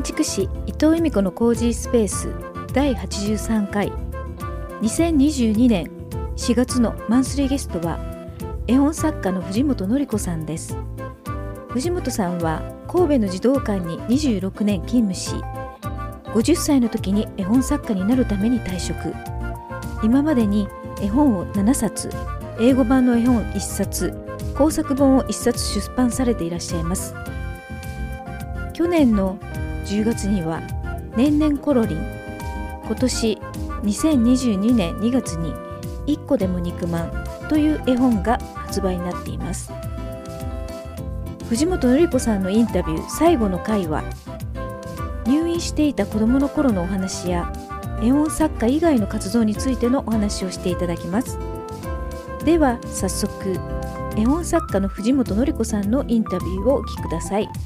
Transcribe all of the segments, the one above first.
築士伊藤由美子のコージースペース第83回2022年4月のマンスリーゲストは絵本作家の藤本典子さんです。藤本さんは神戸の児童館に26年勤務し、50歳の時に絵本作家になるために退職。今までに絵本を7冊、英語版の絵本1冊、工作本を1冊出版されていらっしゃいます。去年の10月には年々コロリン、今年2022年2月に1個でも肉まんという絵本が発売になっています。藤本典子さんのインタビュー最後の回は、入院していた子どもの頃のお話や絵本作家以外の活動についてのお話をしていただきます。では早速、絵本作家の藤本典子さんのインタビューをお聞きください。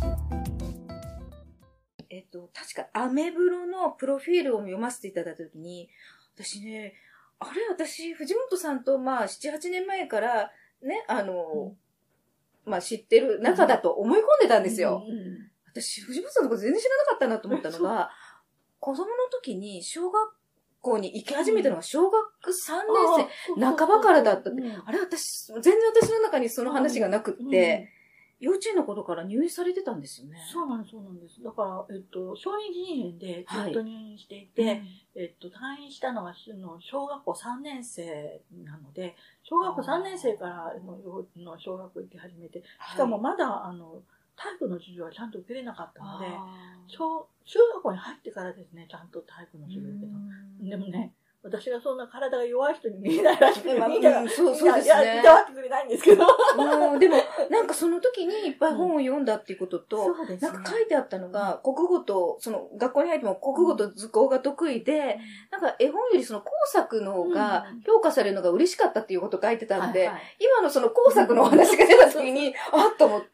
確かアメブロのプロフィールを読ませていただいたときに、私ね、私藤本さんと7、8年前からね、知ってる中だと思い込んでたんですよ。私藤本さんのこと全然知らなかったなと思ったのが、子供の時に小学校に行き始めたのが小学3年生半ばからだったって、全然私の中にその話がなくって、幼稚園の頃から入院されてたんですよね。 そうなんです。だから、小児腎炎でずっと入院していて、退院したのが小学校3年生なので、小学校3年生からの小学校行き始めて、しかもまだ、体育の授業はちゃんと受けれなかったので、中学校に入ってからですね、ちゃんんと体育の授業を受けた。でもね、私がそんな体が弱い人に見えないらしくて、みんなが、いたわってくれないんですけど。 でも、なんかその時にいっぱい本を読んだっていうことと、なんか書いてあったのが、国語と、学校に入っても国語と図工が得意で、なんか絵本より工作の方が評価されるのが嬉しかったっていうことを書いてたんで、今のその工作のお話が出た時に、あっと思って、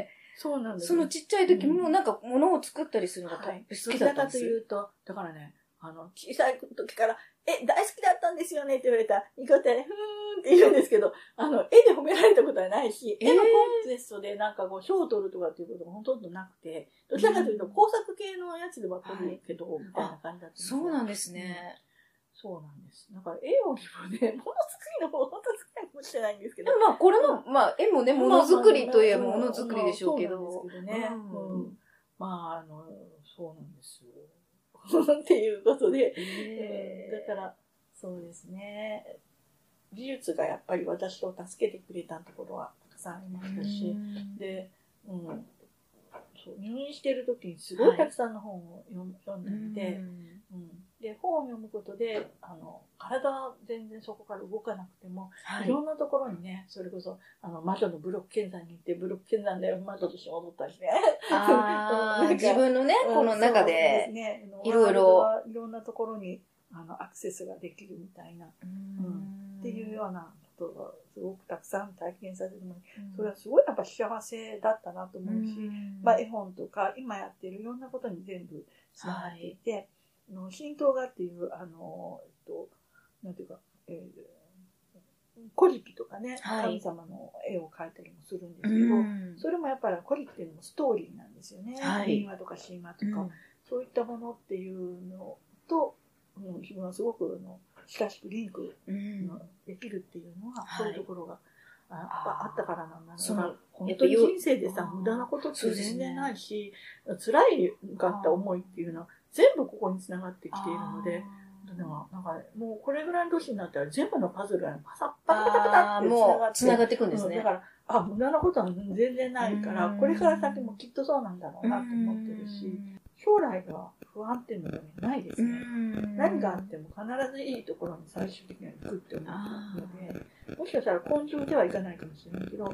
そうなんです。 そのちっちゃい時もなんか物を作ったりするのが好きだったんです。 どちらかというと、だからね、小さい時から、大好きだったんですよねって言われたら、ニコってね、ふーんって言うんですけど、絵で褒められたことはないし、絵のコンテストでなんか賞を取るとかっていうことがほとんどなくて、どちらかというと工作系のやつでは取るけど、みたいな感じだったんです。 そうなんですね。 そうなんです。だから絵をね、ものづくりの方、本当好きなかもしれないんですけど。 これの、絵もね、ものづくりといえばものづくりでしょうけど。 そうなんですけどね。そうなんですよ。っていうことで、だから、そうですね。美術がやっぱり私を助けてくれたところはたくさんありましたし、で、入院している時にすごいたくさんの本を読んでいて、で、本を読むことで、体は全然そこから動かなくても、いろんなところにね、それこそ、魔女のブロック検査に行って、ブロック検査で魔女として踊ったりね。 自分のね、この中で、いろんなところに、アクセスができるみたいな、っていうようなことがすごくたくさん体験させてもらって、それはすごいやっぱ幸せだったなと思うし、絵本とか今やってるいろんなことに全部つながっていて、神道画っていう、なんていうか、古事記とかね、神様の絵を描いたりもするんですけど、それもやっぱり古事記っていうのもストーリーなんですよね。神話とか神話とか、そういったものっていうのと、自分はすごく親しくリンクできるっていうのは、そういうところがあったからなんだな。本当に人生でさ、無駄なことって全然ないし、辛いかった思いっていうのは、全部ここに繋がってきているので、なんかもうこれぐらいの年になったら全部のパズルがパタパタパタって繋がっていくんですね。 だから、無駄なことは全然ないから、これから先もきっとそうなんだろうなと思ってるし、将来が不安っていうのがないですね。何があっても必ずいいところに最終的には行くって思うので、もしかしたら根性ではいかないかもしれないけど、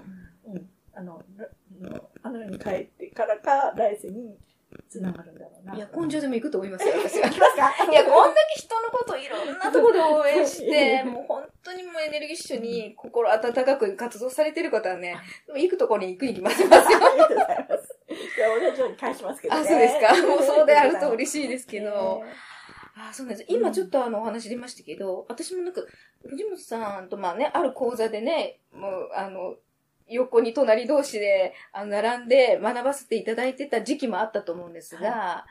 ように帰ってからか来世につながるんだろうな。 いや、根性でも行くと思いますよ、私は。 行きますか？ いや、こんだけ人のことをいろんなところで応援して、もう本当にもうエネルギッシュに心温かく活動されてる方はね、行くところに行くに決まってますよ。 ありがとうございます。いや、俺は上に返しますけどね。 あ、そうですか。もうそうであると嬉しいですけど。そうなんです。今ちょっとお話出ましたけど、私もなんか、藤本さんとある講座でね、もう横に隣同士で並んで学ばせていただいてた時期もあったと思うんですが、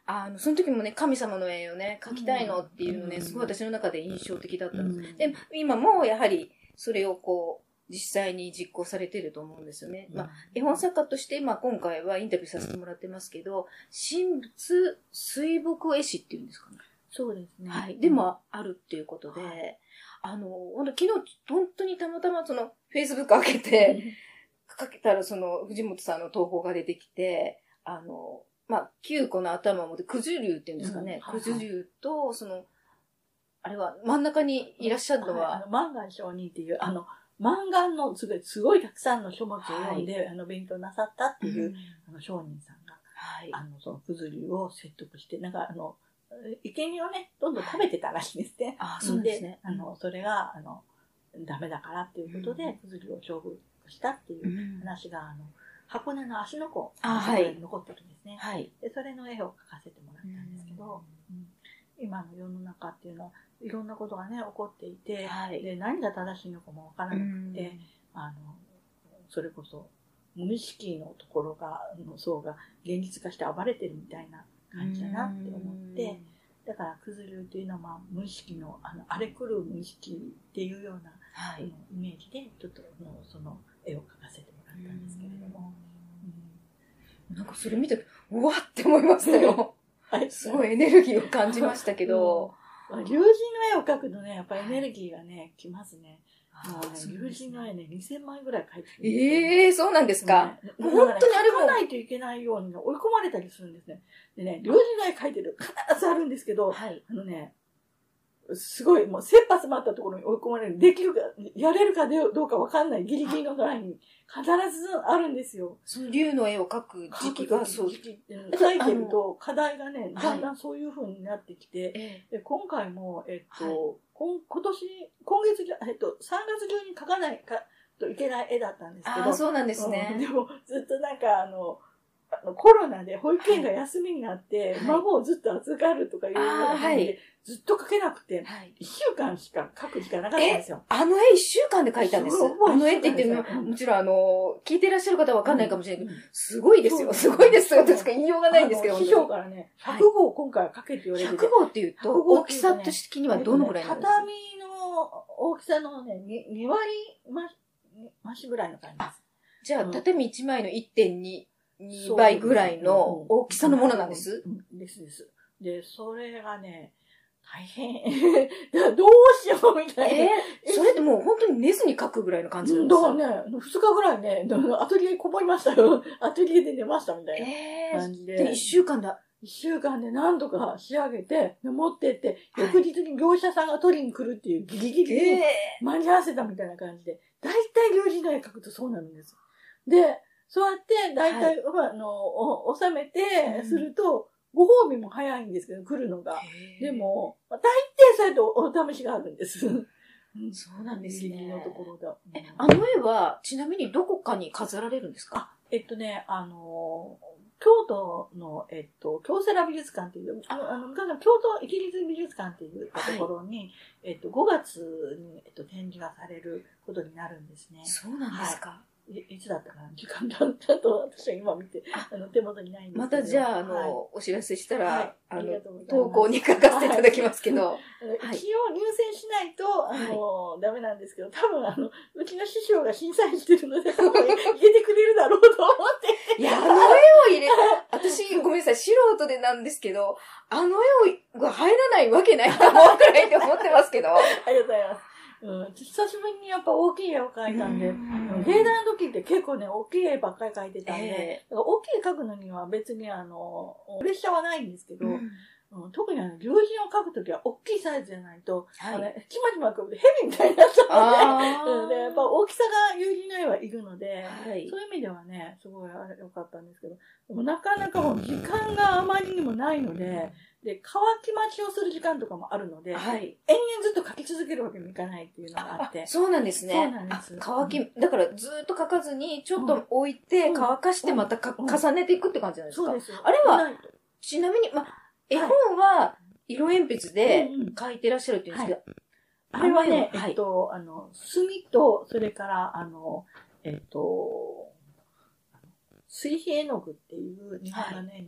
その時もね、神様の絵をね、描きたいのっていうのね、すごい私の中で印象的だったんです。で、今もやはり、それをこう、実際に実行されてると思うんですよね。絵本作家として、今回はインタビューさせてもらってますけど、神仏水墨絵師っていうんですかね。 そうですね。 はい。でも、あるっていうことで、昨日、本当にたまたまFacebook 開けて、かけたら藤本さんの投稿が出てきて、9個の頭を持って、九十龍っていうんですかね。九十龍と、あれは、真ん中にいらっしゃるのは、 満願上人っていう、満願のすごいたくさんの書物を読んで、勉強なさったっていう、上人さんが、その九十龍を説得して、生贄をね、どんどん食べてたらしいんですね。 そうですね。 それが、ダメだからっていうことで、九十龍を重複したっていう話が、箱根の芦ノ湖に残ってるんですね。で、それの絵を描かせてもらったんですけど、今の世の中っていうのは、いろんなことがね、起こっていて、で、何が正しいのかもわからなくて、それこそ、無意識のところの層が現実化して暴れてるみたいな感じだなって思って、だから九十龍っていうのは無意識の荒れ狂う無意識っていうような、イメージでちょっとその絵を描かせてもらったんですけれども、 なんかそれ見てうわって思いましたよ。すごいエネルギーを感じましたけど、 龍神の絵を描くとね、やっぱりエネルギーがねきますね。龍神の絵ね、2000枚ぐらい描いてるんですよ。 そうなんですか。 本当にあれも描かないといけないように追い込まれたりするんですね。でね、龍神の絵描いてる必ずあるんですけど、すごいもう切羽詰まったところに追い込まれる。できるか、やれるかどうかわかんないギリギリのラインに必ずあるんですよ。 その龍の絵を描く時期がそう。描いてると課題がね、だんだんそういう風になってきて、で今回も、今月、3月中に描かないといけない絵だったんですけど。 そうなんですね。 でもずっとなんかコロナで保育園が休みになって、孫をずっと預かるとかいうような感じで、ずっと描けなくて、1週間しか描く時間なかったんですよ。 絵1週間で描いたんです。絵って言ってるの、もちろん聞いてらっしゃる方はわかんないかもしれないけど、すごいですよ。すごいですよ。としか言いようがないんですけど。 師匠からね、100号今回は描けって言われてて。 100号っていうと、大きさ的にはどのぐらいなんですか？ 畳の大きさのね、2割増しぐらいの感じです。 じゃあ、畳1枚の 1.2倍ぐらいの大きさのものなんです。 です。で、それがね、大変。どうしようみたいな。 それってもう本当に寝ずに描くぐらいの感じなんですか？ だからね、2日ぐらいね、アトリエこもりましたよ。アトリエで寝ましたみたいな感じで。 1週間だ。 1週間で何とか仕上げて、持ってって、翌日に業者さんが取りに来るっていうギリギリで間に合わせたみたいな感じで、大体龍神の絵描くとそうなるんです。で、そうやって、だいたい、収めて、すると、ご褒美も早いんですけど、来るのが。でも、大抵そうやってお試しがあるんです。 そうなんですね。 ギリギリのところだ。 絵は、ちなみにどこかに飾られるんですか？ 京都の、京セラ美術館っていう、昔の京都市立美術館っていうところに、5月に、展示がされることになるんですね。 そうなんですか。 いつだったかな時間だったと私は今見て、手元にないんですけど。 またじゃあ、お知らせしたら、投稿に書かせていただきますけど。 一応入選しないと、ダメなんですけど、多分うちの師匠が審査員してるので、多分入れてくれるだろうと思って。 いや、絵を入れ、私、ごめんなさい、素人でなんですけど、絵が入らないわけないと思うくらいって思ってますけど。 ありがとうございます。久しぶりにやっぱ大きい絵を描いたんで、芸大の時って結構ね、大きい絵ばっかり描いてたんで、大きい絵描くのには別にプレッシャーはないんですけど、特に龍神を描くときは大きいサイズじゃないと、ちまちま描くと蛇みたいになっちゃうので、やっぱ大きさが龍神の絵はいるので、そういう意味ではね、すごい良かったんですけど、でもなかなかもう時間があまりにもないので、で、乾き待ちをする時間とかもあるので、延々ずっと描き続けるわけにもいかないっていうのがあって。 そうなんですね。 そうなんです。 だからずっと描かずに、ちょっと置いて、乾かしてまた重ねていくって感じなんですか？ そうです。 あれは、ちなみに、絵本は色鉛筆で描いてらっしゃるって言うんですけど、 あれはね、墨と、それから、水平絵の具っていう日本画の絵の具なんです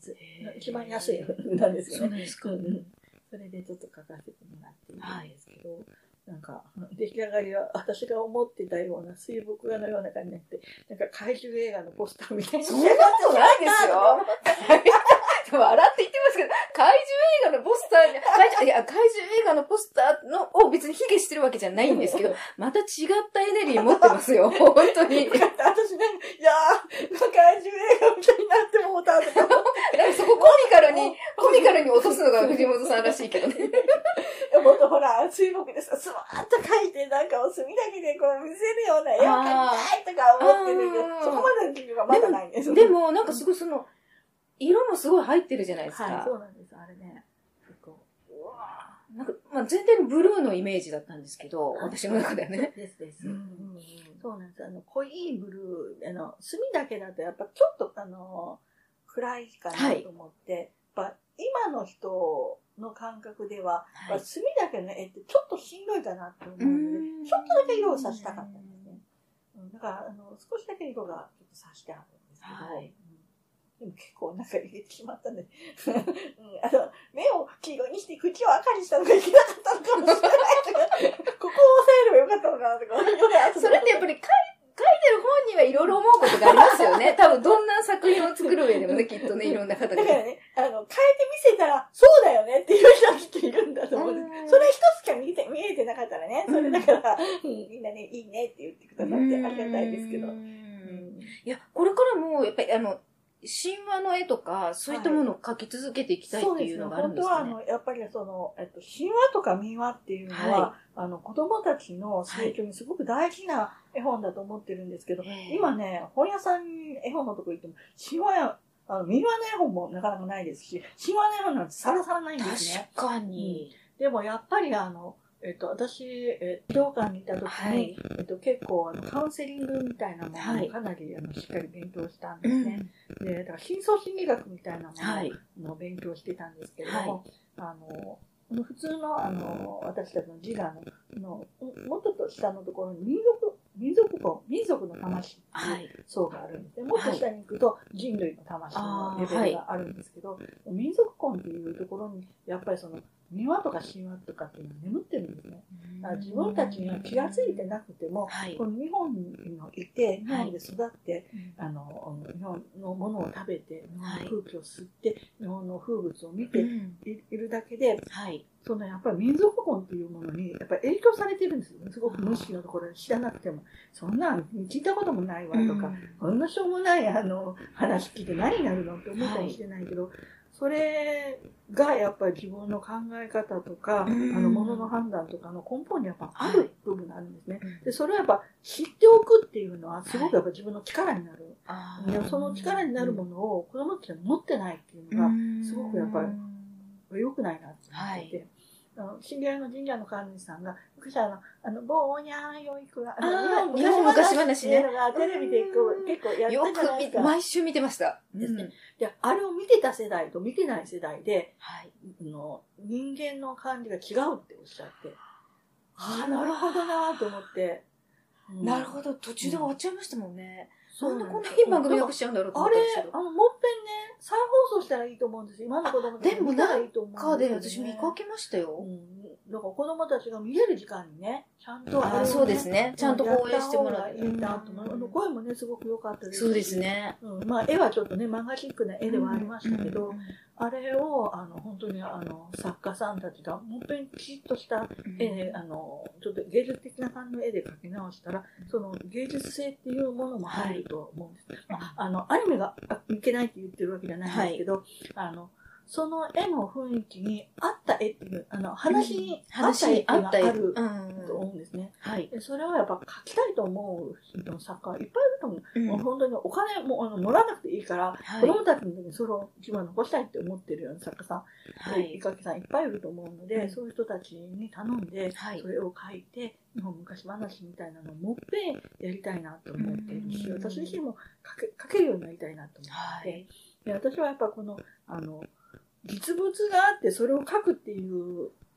つ。一番安いなんですよね。 そうなんですか。 それでちょっと書かせてもらっているんですけど、なんか出来上がりは私が思ってたような水墨画のような感じになって、なんか怪獣映画のポスターみたいに。 そんなことないですよ。笑って言ってますけど、怪獣映画のポスターに、怪獣映画のポスターのを別に卑下してるわけじゃないんですけど、また違ったエネルギー持ってますよ、本当に。 私ね、いやー、怪獣映画みたいになってもうたとか。 なんかそこコミカルに落とすのが藤本さんらしいけどね。 もっとほら、水墨でさ、スワーッと描いて、なんかお墨だけでこう見せるような絵を描きたいとか思ってるけど、そこまでの技術がまだないんです。 でも、なんかすごい色もすごい入ってるじゃないですか。 はい、そうなんです。あれね。 なんか、まあ、全体にブルーのイメージだったんですけど、私の中ではね。 です。そうなんです。濃いブルー、墨だけだとやっぱちょっと暗いかなと思って、やっぱ今の人の感覚では、墨だけの絵ってちょっとしんどいかなと思うので、ちょっとだけ色をさしたかったんですね。だから少しだけ色がちょっとさしてあるんですけど、でも結構中に入れてしまったんで、目を黄色にして口を赤にしたのがいけなかったのかもしれないとか、ここを押さえればよかったのかなとか、 それってやっぱり書いてる本にはいろいろ思うことがありますよね。多分どんな作品を作る上でもね、きっとね、いろんな方が。 だからね、変えて見せたら、そうだよねっていう人がきっといるんだと思うんです。それ一つしか見えてなかったらね、それだから、みんなね、いいねって言ってくださってありがたいですけど。 いや、これからも、やっぱり神話の絵とか、そういったものを描き続けていきたいっていうのがあるんですかね。 本当はやっぱり神話とか民話っていうのは、子供たちの成長にすごく大事な絵本だと思ってるんですけど、今ね、本屋さんに絵本のとこ行っても、神話や、民話の絵本もなかなかないですし、神話の絵本なんてさらさらないんですね。 確かに。 でもやっぱり私、教館にいた時に、結構カウンセリングみたいなものをかなりしっかり勉強したんですね。で、だから深層心理学みたいなものを勉強してたんですけれども、普通の私たちの自我のもっと下のところに民族の魂っていう層があるんですね。もっと下に行くと人類の魂のレベルがあるんですけど、民族魂っていうところにやっぱり民話とか神話とかっていうのは眠ってるんですね。自分たちには気がついてなくても、この日本にいて、日本で育って、日本のものを食べて、日本の空気を吸って、日本の風物を見ているだけで、やっぱり民族魂っていうものにやっぱり影響されてるんですよね。すごく無意識のところで知らなくても、そんなん聞いたこともないわとか、こんなしょうもない話聞いて何になるのって思ったりしてないけど、それがやっぱり自分の考え方とか、物の判断とかの根本にやっぱある部分があるんですね。で、それをやっぱ知っておくっていうのはすごくやっぱ自分の力になる。その力になるものを子供たちが持ってないっていうのが、すごくやっぱり良くないなって思っていて。知り合いの神社の神主さんが、昔ぼーにゃーよいくが、 日本昔話ね。 テレビで結構やったじゃないですか。 よく毎週見てました。 ですね。で、あれを見てた世代と見てない世代で、人間の感じが違うっておっしゃって、なるほどなと思って。 なるほど、途中で終わっちゃいましたもんね。そんなこんないい番組よくしちゃうんだろうと思ったんですけど。 もっぺんね、再放送したらいいと思うんですよ。今の子供たち見たらいいと思うんですよ、ね。 でも私見かけましたよ。 だから子供たちが見れる時間にね、ちゃんとそうですね。ちゃんと放映してもらって。 いいなと思う。声もね、すごく良かったですし。 そうですね。 絵はちょっとね、漫画チックな絵ではありましたけど、あれを、本当に作家さんたちが、もっぺんきちっとした絵で、ちょっと芸術的な感じの絵で描き直したら、その芸術性っていうものも入ると思うんです。アニメがいけないって言ってるわけじゃないんですけど、その絵の雰囲気に合った絵っていう、話に合った絵っていうのがあると思うんですね。それをやっぱ描きたいと思う人の作家はいっぱいいると思う。もう本当にお金ももらわなくていいから、子供たちの時にそれを自分は残したいって思ってるような作家さん、絵描きさんいっぱいいると思うので、そういう人たちに頼んで、それを描いて、日本昔話みたいなのをもっぺんやりたいなと思っているし、私自身も描けるようになりたいなと思って、で私はやっぱこの、実物があってそれを描くっていう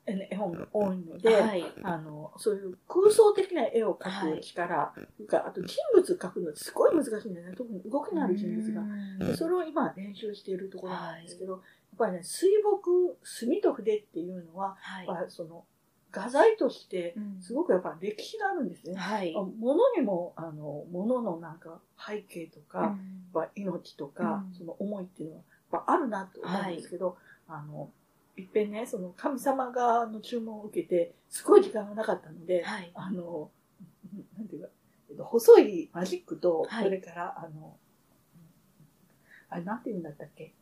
絵本が多いので、 はい、 そういう空想的な絵を描く力、はい、あと人物描くのってすごい難しいんだよね。特に動きのある人物が。でそれを今練習しているところなんですけど、やっぱりね、水墨、墨と筆っていうのは、やっぱその画材としてすごくやっぱ歴史があるんですね。はい、物にも物のなんか背景とか、命とか、その思いっていうのはやっぱあるなと思うんですけど、いっぺんね、その神様側の注文を受けて、すごい時間がなかったので、はい、なんていうか、細いマジックと、それから、あれなんていうんだったっけ、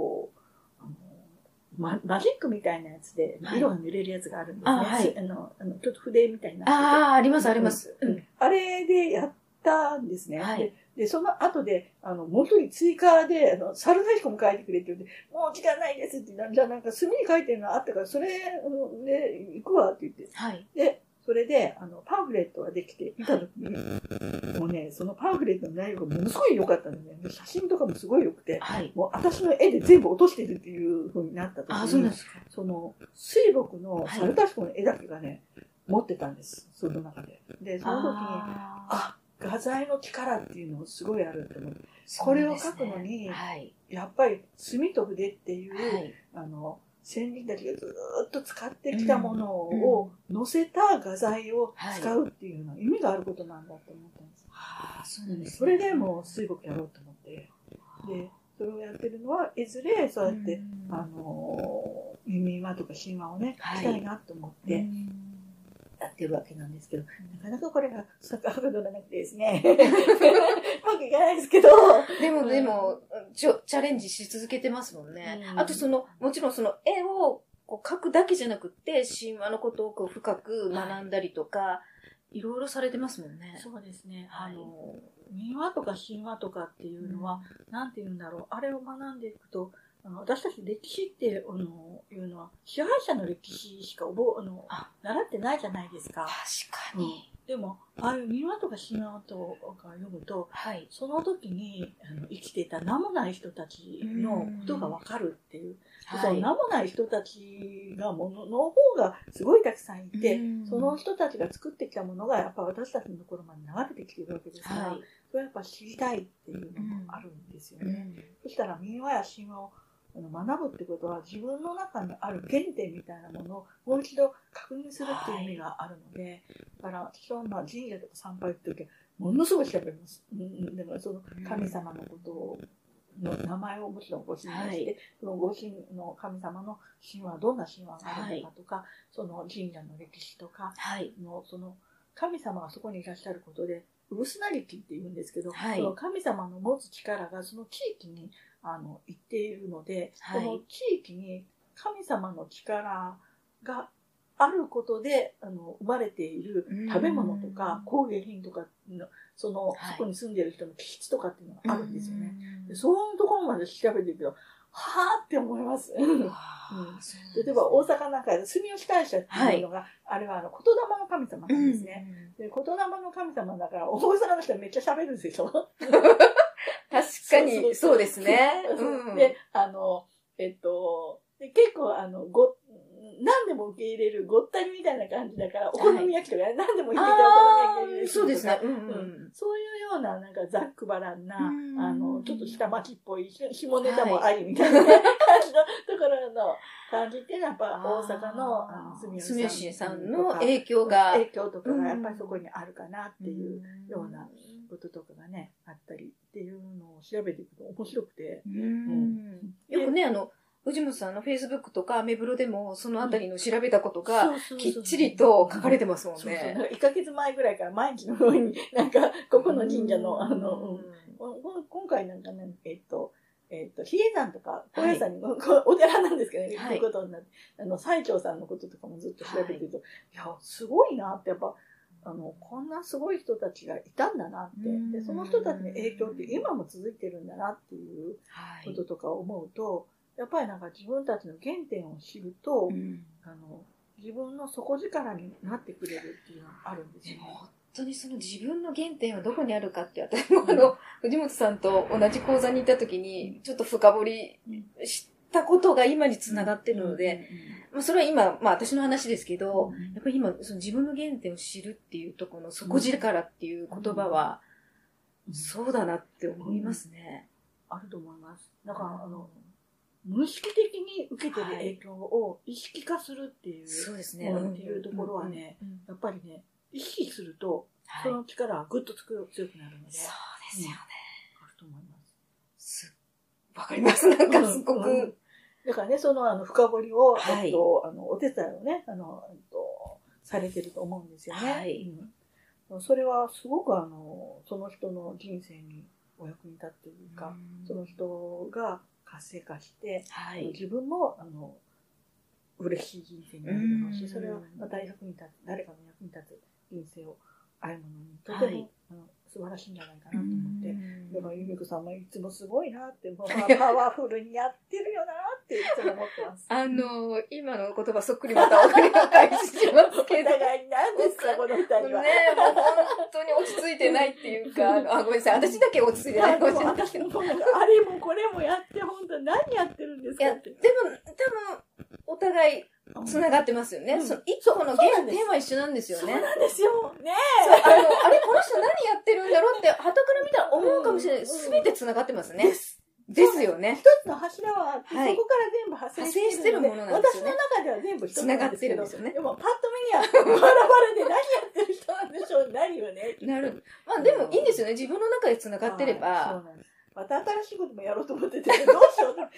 マジックみたいなやつで、色が塗れるやつがあるんですね。はい、ちょっと筆みたいな。 あります、あります。 あれでやったんですね。はい、で、その後で、もう一人追加で、猿大彦も書いてくれって言って、もう時間ないですって言ったら、じゃあなんか墨に書いてるのがあったから、それで行くわって言って。はい、で、それで、パンフレットができて見たときに、もうね、そのパンフレットの内容がものすごい良かったんでね、写真とかもすごい良くて、はい、もう私の絵で全部落としてるっていう風になったときに、その水墨の猿大彦の絵だけがね、持ってたんです、その中で。で、その時に、画材の力っていうのをすごいあるって思って、これを描くのに、はい、やっぱり墨と筆っていう、はい、先人たちがずっと使ってきたものを載せた画材を使うっていうのは意味があることなんだと思ったんです。はい、そうなんですね。それでもう水墨やろうと思って、で、それをやってるのは、いずれそうやって、民話とか神話をね、聞きたいなと思って、やってるわけなんですけど、なかなかこれがはかどらなくてですね。うまくいかないですけど。 でも、チャレンジし続けてますもんね。あともちろんその絵をこう描くだけじゃなくって、神話のことをこう深く学んだりとか、いろいろされてますもんね。 そうですね。民話とか神話とかっていうのは、なんて言うんだろう。あれを学んでいくと、私たち歴史っていうのは支配者の歴史しか習ってないじゃないですか。 確かに。 でもああいう民話とか神話とか読むと、はい、その時に生きていた名もない人たちのことがわかるっていう、その名もない人たちがものの方がすごいたくさんいて、その人たちが作ってきたものがやっぱ私たちのところまで流れてきているわけですから、はい、それはやっぱ知りたいっていうのもあるんですよね。そしたら民話や神話を学ぶってことは自分の中にある原点みたいなものをもう一度確認するっていう意味があるので、だから私は神社とか参拝って時はものすごい調べます。だからその神様のことの名前をもちろんご神話して、そのご神の神様の神話はどんな神話があるのかとか、その神社の歴史とかのその神様がそこにいらっしゃることでウスナリティって言うんですけど、その神様の持つ力がその地域に行っているので、この地域に神様の力があることで生まれている食べ物とか工芸品とかのそこに住んでいる人の気質とかっていうのがあるんですよね。でそういうところまで調べていくとはーって思います。例えば大阪なんかで住吉大社っていうのが、あれは言霊の神様なんですね。で言霊の神様だから大阪の人はめっちゃ喋るんですよ。 確かにそうですね。 で結構何でも受け入れるごったりみたいな感じだから、お好み焼きとか何でも入れてお好み焼き入れるとか、 そうですね。 そういうようななんかざっくばらんなちょっと下町っぽい下ネタもありみたいな感じのところの感じっていうのはやっぱ大阪の住吉さんの影響とかがやっぱりそこにあるかなっていうようなこととかがねあったりっていうのを調べていくと面白くて、 よくね藤本さんのフェイスブックとかアメブロでもそのあたりの調べたことがきっちりと書かれてますもんね。 1ヶ月前ぐらいから毎日のようになんかここの神社の今回なんかね比叡山とか高野山にお寺なんですけどね、こういうことになって最澄さんのこととかもずっと調べてると、いやすごいなってやっぱこんなすごい人たちがいたんだなってでその人たちの影響って今も続いてるんだなっていうこととか思うと。やっぱりなんか自分たちの原点を知ると、自分の底力になってくれるっていうのがあるんですよね。 本当にその自分の原点はどこにあるかって私も藤本さんと同じ講座に行った時にちょっと深掘りしたことが今につながってるので、 それは今、私の話ですけど、 うん、 やっぱり今、その自分の原点を知るっていうところの底力っていう言葉は、そうだなって思いますね。 あると思います。だから、無意識的に受けてる影響を意識化するっていう、 そうですね。 っていうところはね、やっぱりね、意識すると、その力はぐっと強くなるので。 そうですよね。 あると思います。 わかります。なんかすごく。 だからね、その深掘りを、お手伝いをね、されてると思うんですよね。はい。それはすごくその人の人生にお役に立っているか、その人が活性化して、自分も嬉しい人生になるだろうし、それは誰かの役に立つ人生を歩むのにとても、素晴らしいんじゃないかなと思って、だから由美子さんもいつもすごいなって、もうパワフルにやってるよなっていつも思ってます。 今の言葉そっくりまたお返ししますけど。 お互い何ですか、この二人は。 ね、もう本当に落ち着いてないっていうか、ごめんなさい、私だけ落ち着いてないかもしれないけど。 あれもこれもやって、本当何やってるんですかって。 でも、多分、お互い、繋がってますよね。一個のテーマ一緒なんですよね。 そうなんですよ。ねえ。あれ、この人何やってるんだろうって、傍から見たら思うかもしれない。すべて繋がってますね。ですよね。 一つの柱はあって、そこから全部派生してるものなんですよね。私の中では全部一つなんですけど、でもパッと見にはバラバラで何やってる人なんでしょう、何よね。 なる。でもいいんですよね。自分の中で繋がってれば。 そうなんです。また新しいこともやろうと思ってて、どうしようと。しまった、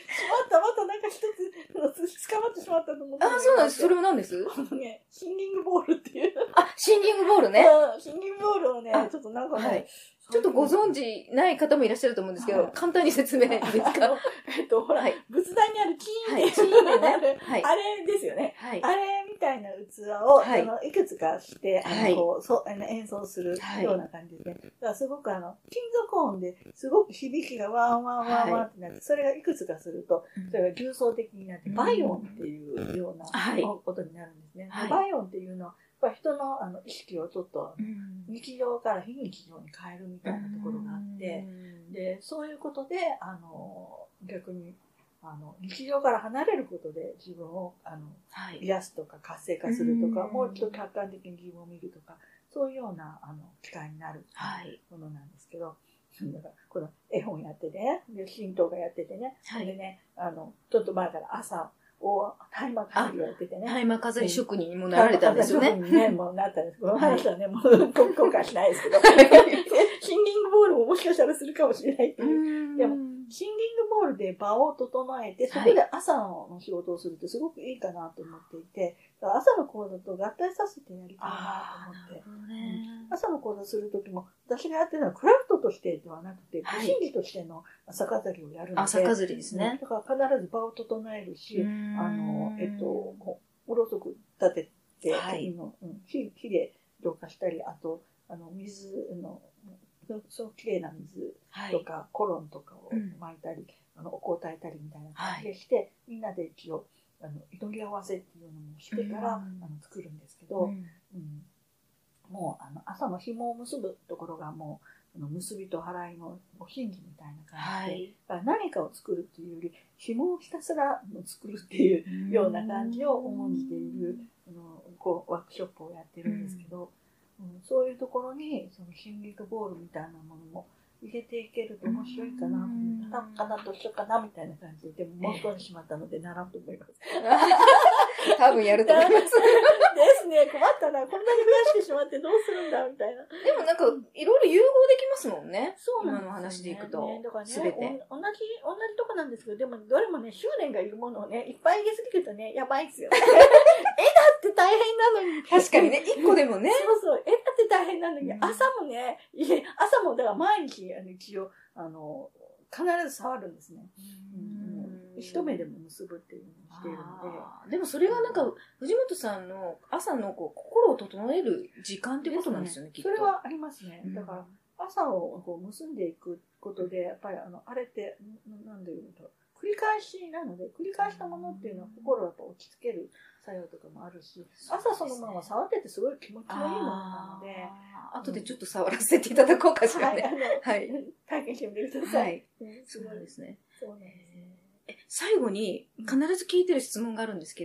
またなんか一つ捕まってしまったと思って。 そうなんです。それは何です？ シンギングボールっていう。 シンギングボールね。 シンギングボールをね、ちょっとなんかね、 ちょっとご存知ない方もいらっしゃると思うんですけど、簡単に説明ですか？ ほら、仏壇にあるキーンってあれですよね。あれみたいな器を、いくつかして、演奏するような感じで、だからすごく金属音ですごく響きがワンワンワンワンってなって、それがいくつかすると、それが重層的になって、バイオンっていうような音になるんですね。バイオンっていうのは、人の意識をちょっと日常から非日常に変えるみたいなところがあって、でそういうことで逆に日常から離れることで自分を癒すとか活性化するとか、もう一度客観的に自分を見るとか、そういうような機会になるものなんですけど、だからこの絵本やっててね、で神道がやっててね、でねちょっと前から朝大麻飾りをやっててね。 大麻飾り職人にもなられたんですよね。 職人にね、もうなったんです。この話はね、もう後悔しないですけど。シンギングボールももしかしたらするかもしれないっていう。でも、シンギングボールで場を整えて、そこで朝の仕事をするとすごくいいかなと思っていて、朝の講座と合体させてやりたいなと思って。朝の講座するときも、私がやってるのはクラフトとしてではなくて、心理としての朝飾りをやるので。 朝飾りですね。 だから必ず場を整えるし、おろそく立てて、火で浄化したり、あと、水の、そう綺麗な水とか、コロンとかを巻いたり、お香を焚いたりみたいな感じでして、みんなで一応、祈り合わせっていうのもしてから、作るんですけど、もう、朝の紐を結ぶところがもう、結びと払いのお神事みたいな感じで、何かを作るっていうより、紐をひたすら作るっていうような感じを重んじている、ワークショップをやってるんですけど、そういうところにその心理とボールみたいなものも入れていけると面白いかな、どうしようかなみたいな感じで、でも申し込んでしまったので習うと思います。 多分やると思います。 ですね、困ったな、こんなに増やしてしまってどうするんだみたいな。 でもなんかいろいろ融合できますもんね。 そうなんですよね。 今の話でいくと。 だからね、同じとこなんですけど、でもどれもね、執念がいるものをね、いっぱい入れすぎるとね、やばいですよ。絵だって大変なのに。 確かにね、一個でもね。 そうそう、絵だって大変なのに、朝もね、朝もだから毎日一応、必ず触るんですね。一目でも結ぶっていうのをしているので。でもそれがなんか、藤本さんの朝の心を整える時間ってことなんですよね、きっと。 それはありますね。だから、朝を結んでいくことで、やっぱりあれって、なんで言うと、繰り返しなので、繰り返したものっていうのは心をやっぱ落ち着ける作用とかもあるし、朝そのまま触っててすごい気持ちのいいものなので、 後でちょっと触らせていただこうかしらね。 はい。体験してみてください。 そうですね。 そうなんですね。 最後に必ず聞いてる質問があるんですけど、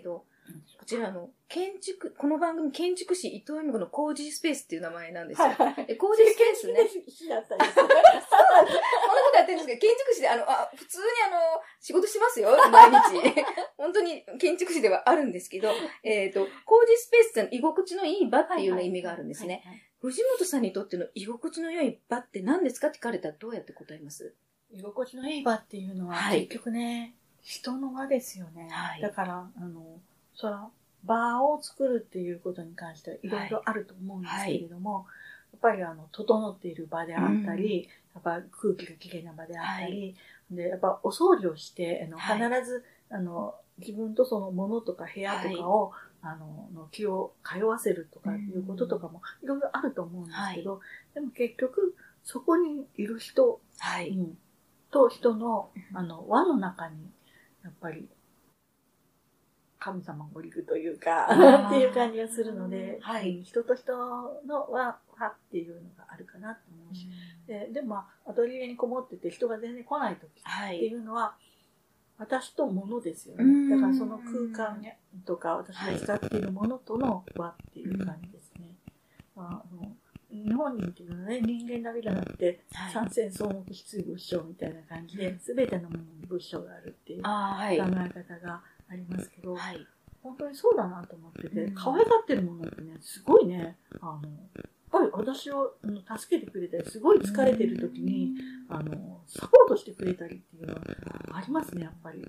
こちらこの番組建築士伊藤由美子のコージースペースっていう名前なんですよ。コージースペースね。 建築士だったんですよ。 こんなことやってるんですけど、建築士で普通に仕事しますよ、毎日。本当に建築士ではあるんですけど、コージースペースって居心地のいい場っていうような意味があるんですね。藤本さんにとっての居心地の良い場って何ですかって聞かれたらどうやって答えます？ 居心地のいい場っていうのは、結局ね、人の輪ですよね。だから、場を作るっていうことに関してはいろいろあると思うんですけれども、やっぱり整っている場であったり、やっぱ空気がきれいな場であったり、で、やっぱお掃除をして、必ず、自分とその物とか部屋とかを、気を通わせるとかいうこととかもいろいろあると思うんですけど、でも結局、そこにいる人、と人の、輪の中に、やっぱり、神様が降りるというか、っていう感じがするので、人と人の輪っていうのがあるかなと思うし、でもアトリエにこもってて人が全然来ない時っていうのは、私と物ですよね。だからその空間とか私が使っているものとの輪っていう感じですね。日本人っていうのはね、人間だけじゃなくて、三千草木必物象みたいな感じで、すべてのものに物象があるっていう考え方がありますけど、本当にそうだなと思ってて、可愛がってるものってね、すごいね、やっぱり私を助けてくれたり、すごい疲れてる時に、サポートしてくれたりっていうのはありますね、やっぱり。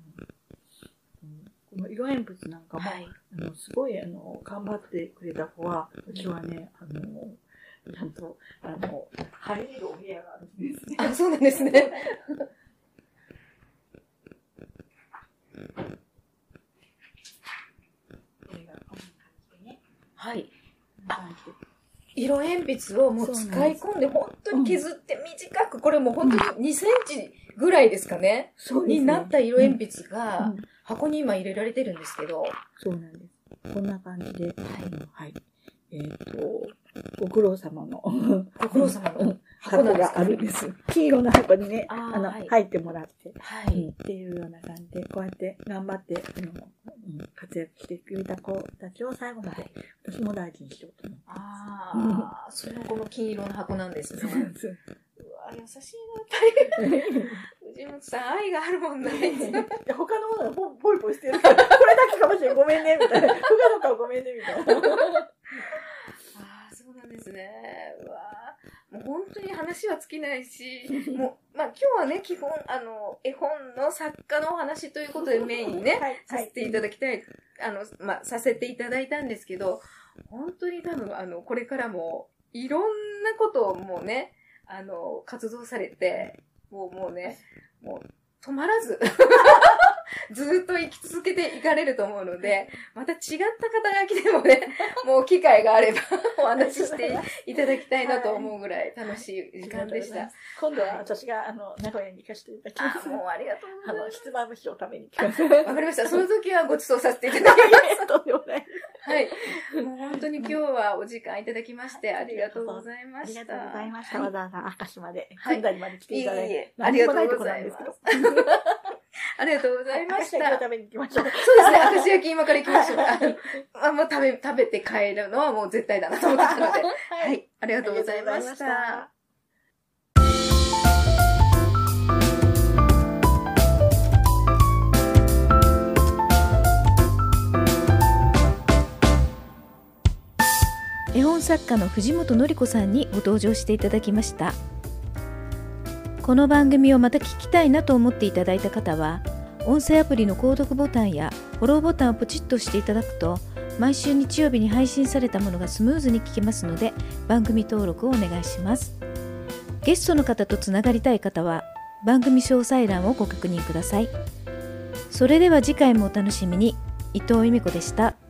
この色鉛筆なんかも、すごい頑張ってくれた子は、今日はね、ちゃんと、入れるお部屋があるんですね。 あ、そうなんですね。はい。色鉛筆をもう使い込んで、本当に削って短く、これもう本当に2センチぐらいですかね。になった色鉛筆が、箱に今入れられてるんですけど。 そうなんです。こんな感じで、ご苦労様の箱があるんです。黄色の箱にね、入ってもらって、っていうような感じで、こうやって頑張って、活躍してくれた子たちを最後まで、私も大事にしようと思って。 それもこの黄色の箱なんですね。うわ、優しいな、藤本さん、愛があるもんね。 他のものがポイポイしてるから、これだけかもしれん、ごめんね、みたいな。他の顔ごめんね、みたいな。 そうなんですね。うわもう本当に話は尽きないし、もう、今日はね、基本、絵本の作家のお話ということでメインにね、させていただきたい、させていただいたんですけど、本当に多分、これからも、いろんなことをもうね、活動されて、もうね、もう、止まらず、ずっと生き続けていかれると思うので、また違った肩書きでもね、もう機会があればお話ししていただきたいなと思うぐらい楽しい時間でした。 今度は私が名古屋に行かせていただきます。 もうありがとうございます。 ひつまぶしを食べに来ます。 わかりました。その時はご馳走させていただきます。 とんでもない。 はい。もう本当に今日はお時間いただきましてありがとうございました。 ありがとうございました。わざわざ明石まで、組んだりまで来ていただいて。 ありがとうございます。ありがとうございました。 明石焼きを食べに行きましょう。 そうですね。明石焼き今から行きましょう。もう食べて帰るのはもう絶対だなと思ってたので。はい。ありがとうございました。絵本作家の藤本典子さんにご登場していただきました。この番組をまた聞きたいなと思っていただいた方は、音声アプリの購読ボタンやフォローボタンをポチッとしていただくと、毎週日曜日に配信されたものがスムーズに聞けますので、番組登録をお願いします。ゲストの方とつながりたい方は、番組詳細欄をご確認ください。それでは次回もお楽しみに。伊藤由美子でした。